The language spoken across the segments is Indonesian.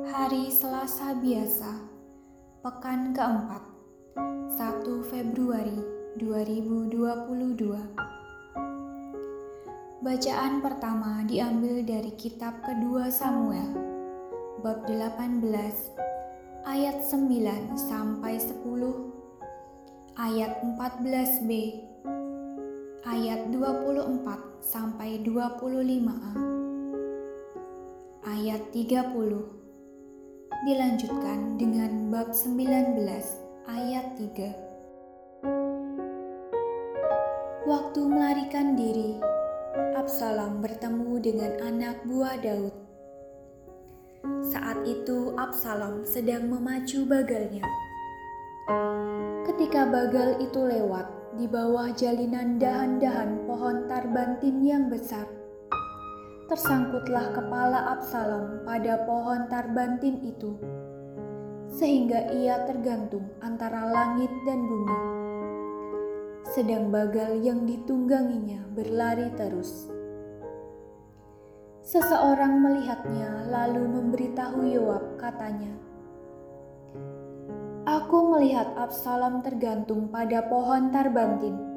Hari Selasa biasa, pekan keempat, 1 Februari 2022. Bacaan pertama diambil dari kitab kedua Samuel, bab 18, ayat 9 sampai 10, ayat 14b, ayat 24 sampai 25a, ayat 30. Dilanjutkan dengan bab 19 ayat 3. Waktu melarikan diri, Absalom bertemu dengan anak buah Daud. Saat itu Absalom sedang memacu bagalnya. Ketika bagal itu lewat di bawah jalinan dahan-dahan pohon tarbantin yang besar, tersangkutlah kepala Absalom pada pohon tarbantin itu, sehingga ia tergantung antara langit dan bumi. Sedang bagal yang ditungganginya berlari terus. Seseorang melihatnya lalu memberitahu Yoab, katanya, "Aku melihat Absalom tergantung pada pohon tarbantin."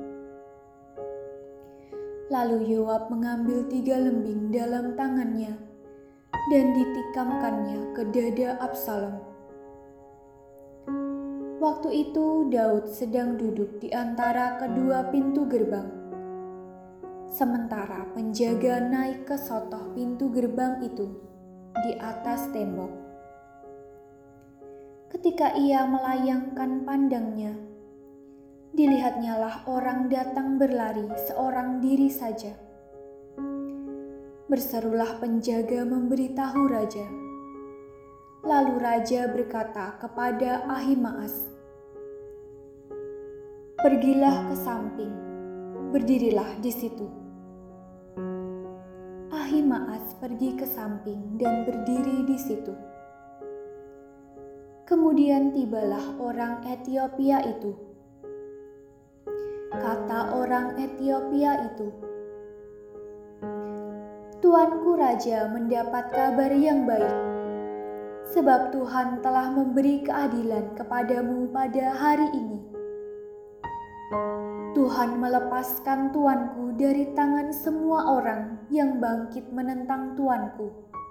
Lalu Yoab mengambil 3 lembing dalam tangannya dan ditikamkannya ke dada Absalom. Waktu itu Daud sedang duduk di antara kedua pintu gerbang, sementara penjaga naik ke sotoh pintu gerbang itu di atas tembok. Ketika ia melayangkan pandangnya, dilihatnyalah orang datang berlari seorang diri saja. Berserulah penjaga memberitahu raja. Lalu raja berkata kepada Ahimaas, "Pergilah ke samping, berdirilah di situ." Ahimaas pergi ke samping dan berdiri di situ. Kemudian tibalah orang Etiopia itu. Kata orang Etiopia itu, "Tuanku Raja mendapat kabar yang baik, sebab Tuhan telah memberi keadilan kepadamu pada hari ini. Tuhan melepaskan tuanku dari tangan semua orang yang bangkit menentang tuanku."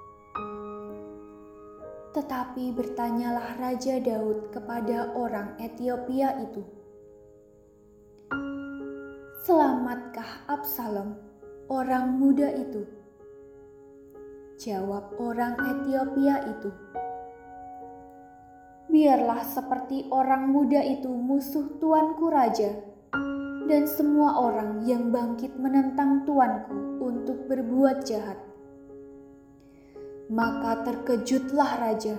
Tetapi bertanyalah Raja Daud kepada orang Etiopia itu, "Selamatkah Absalom, orang muda itu?" Jawab orang Etiopia itu, "Biarlah seperti orang muda itu musuh tuanku raja, dan semua orang yang bangkit menentang tuanku untuk berbuat jahat." Maka terkejutlah raja.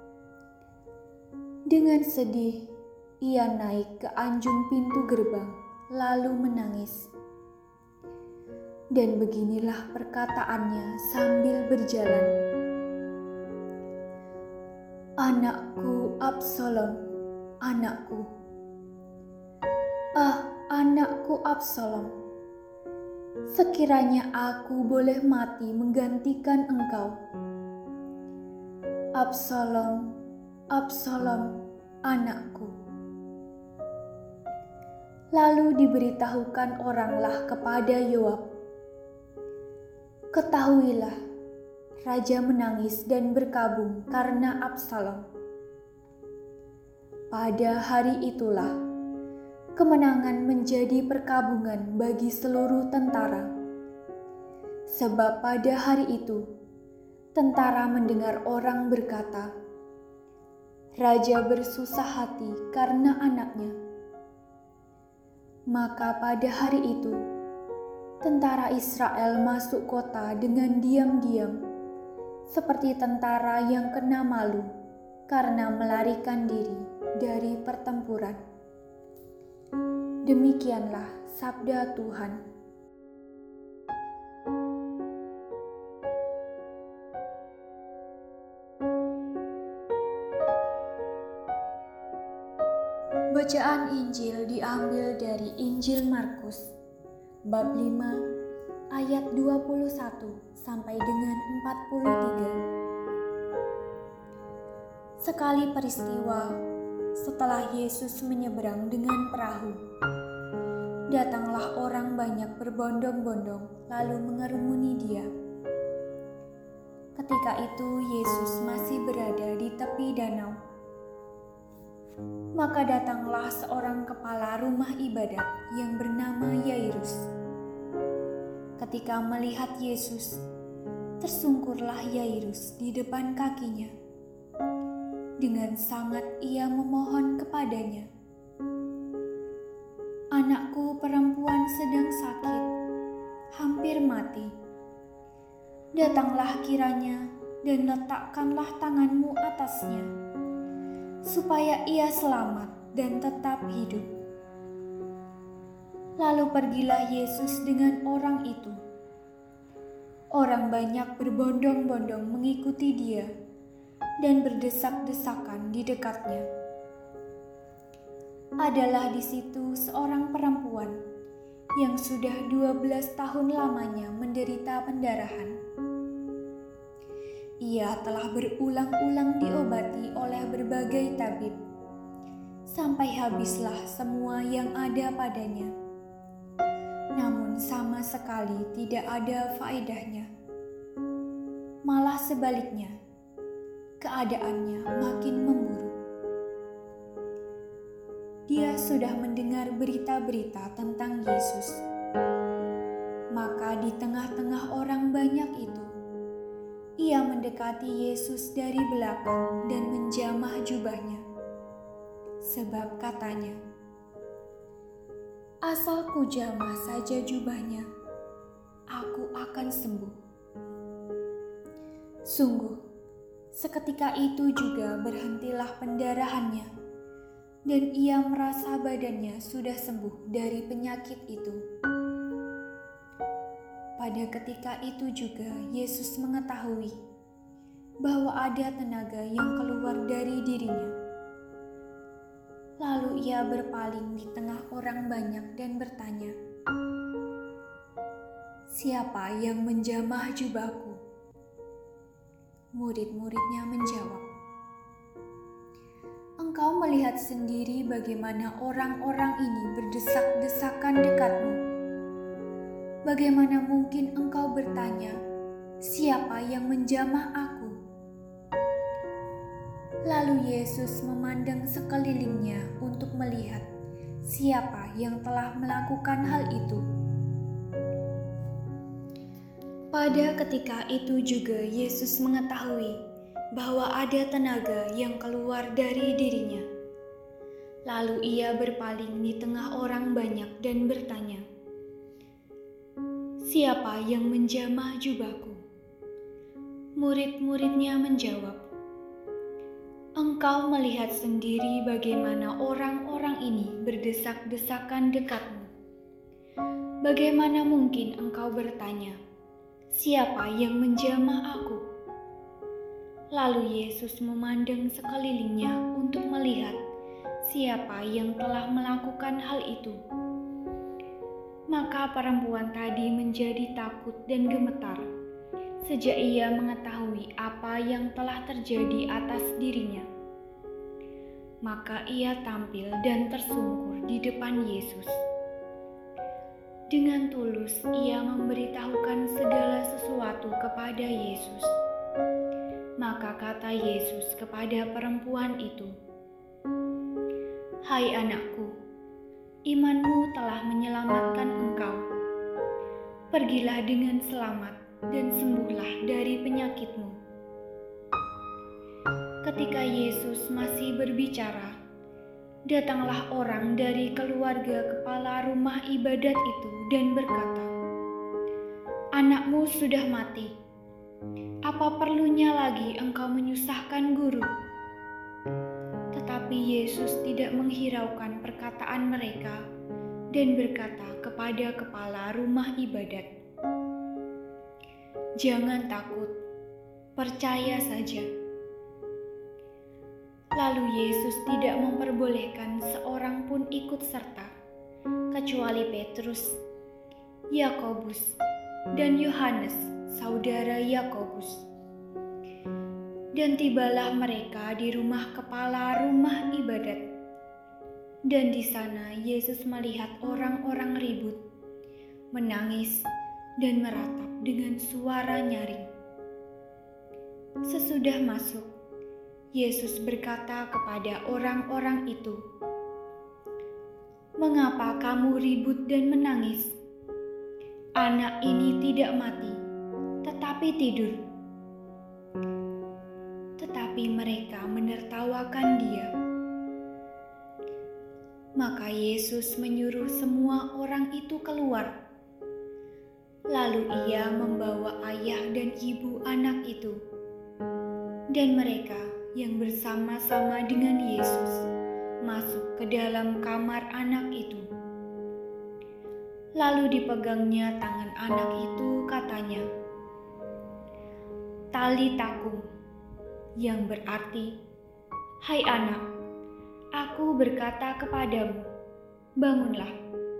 Dengan sedih, ia naik ke anjung pintu gerbang, lalu menangis. Dan beginilah perkataannya sambil berjalan, "Anakku Absalom, anakku. Ah, anakku Absalom, sekiranya aku boleh mati menggantikan engkau. Absalom, Absalom, anakku." Lalu diberitahukan oranglah kepada Yoab, "Ketahuilah, raja menangis dan berkabung karena Absalom." Pada hari itulah kemenangan menjadi perkabungan bagi seluruh tentara. Sebab pada hari itu tentara mendengar orang berkata, "Raja bersusah hati karena anaknya." Maka pada hari itu tentara Israel masuk kota dengan diam-diam, seperti tentara yang kena malu karena melarikan diri dari pertempuran. Demikianlah sabda Tuhan. Bacaan Injil diambil dari Injil Markus, bab 5, ayat 21 sampai dengan 43. Sekali peristiwa, setelah Yesus menyeberang dengan perahu, datanglah orang banyak berbondong-bondong lalu mengerumuni Dia. Ketika itu Yesus masih berada di tepi danau. Maka datanglah seorang kepala rumah ibadat yang bernama Yairus. Ketika melihat Yesus, tersungkurlah Yairus di depan kakinya. Dengan sangat ia memohon kepadanya, "Anakku perempuan sedang sakit, hampir mati. Datanglah kiranya dan letakkanlah tanganmu atasnya, supaya ia selamat dan tetap hidup." Lalu pergilah Yesus dengan orang itu. Orang banyak berbondong-bondong mengikuti Dia dan berdesak-desakan di dekatnya. Adalah di situ seorang perempuan yang sudah 12 tahun lamanya menderita pendarahan. Ia telah berulang-ulang diobati oleh berbagai tabib, sampai habislah semua yang ada padanya. Namun sama sekali tidak ada faedahnya. Malah sebaliknya, keadaannya makin memburuk. Dia sudah mendengar berita-berita tentang Yesus. Maka di tengah-tengah orang banyak itu, ia mendekati Yesus dari belakang dan menjamah jubahnya. Sebab katanya, "Asal ku jamah saja jubahnya, aku akan sembuh." Sungguh, seketika itu juga berhentilah pendarahannya, dan ia merasa badannya sudah sembuh dari penyakit itu. Pada ketika itu juga Yesus mengetahui bahwa ada tenaga yang keluar dari dirinya. Lalu ia berpaling di tengah orang banyak dan bertanya, "Siapa yang menjamah jubahku?" Murid-muridnya menjawab, "Engkau melihat sendiri bagaimana orang-orang ini berdesak-desakan dekatmu. Bagaimana mungkin engkau bertanya, 'Siapa yang menjamah aku?'" Lalu Yesus memandang sekelilingnya untuk melihat siapa yang telah melakukan hal itu. Pada ketika itu juga Yesus mengetahui bahwa ada tenaga yang keluar dari dirinya. Lalu ia berpaling di tengah orang banyak dan bertanya, "Siapa yang menjamah jubahku?" Murid-muridnya menjawab, "Engkau melihat sendiri bagaimana orang-orang ini berdesak-desakan dekatmu. Bagaimana mungkin engkau bertanya, 'Siapa yang menjamah aku?'" Lalu Yesus memandang sekelilingnya untuk melihat siapa yang telah melakukan hal itu. Maka perempuan tadi menjadi takut dan gemetar sejak ia mengetahui apa yang telah terjadi atas dirinya. Maka ia tampil dan tersungkur di depan Yesus. Dengan tulus ia memberitahukan segala sesuatu kepada Yesus. Maka kata Yesus kepada perempuan itu, "Hai anakku, imanmu telah menyelamatkan engkau. Pergilah dengan selamat dan sembuhlah dari penyakitmu." Ketika Yesus masih berbicara, datanglah orang dari keluarga kepala rumah ibadat itu dan berkata, "Anakmu sudah mati. Apa perlunya lagi engkau menyusahkan guru?" Tetapi Yesus tidak menghiraukan perkataan mereka dan berkata kepada kepala rumah ibadat, "Jangan takut, percaya saja." Lalu Yesus tidak memperbolehkan seorang pun ikut serta, kecuali Petrus, Yakobus, dan Yohanes, saudara Yakobus. Dan tibalah mereka di rumah kepala rumah ibadat. Dan di sana Yesus melihat orang-orang ribut, menangis, dan meratap dengan suara nyaring. Sesudah masuk, Yesus berkata kepada orang-orang itu, "Mengapa kamu ribut dan menangis? Anak ini tidak mati, tetapi tidur." Tetapi mereka menertawakan dia. Maka Yesus menyuruh semua orang itu keluar. Lalu ia membawa ayah dan ibu anak itu, dan mereka yang bersama-sama dengan Yesus masuk ke dalam kamar anak itu. Lalu dipegangnya tangan anak itu, katanya, "Talitakum," yang berarti, "Hai anak, aku berkata kepadamu, bangunlah."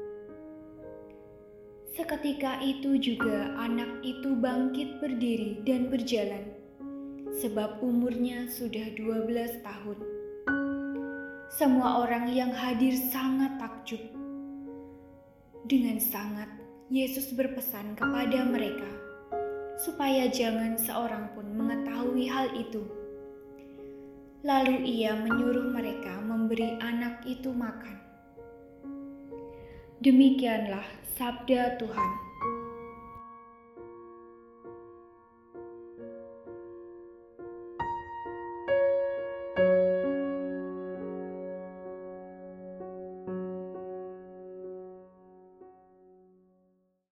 Seketika itu juga anak itu bangkit berdiri dan berjalan, sebab umurnya sudah 12 tahun. Semua orang yang hadir sangat takjub. Dengan sangat, Yesus berpesan kepada mereka, supaya jangan seorang pun mengetahui hal itu. Lalu ia menyuruh mereka memberi anak itu makan. Demikianlah sabda Tuhan.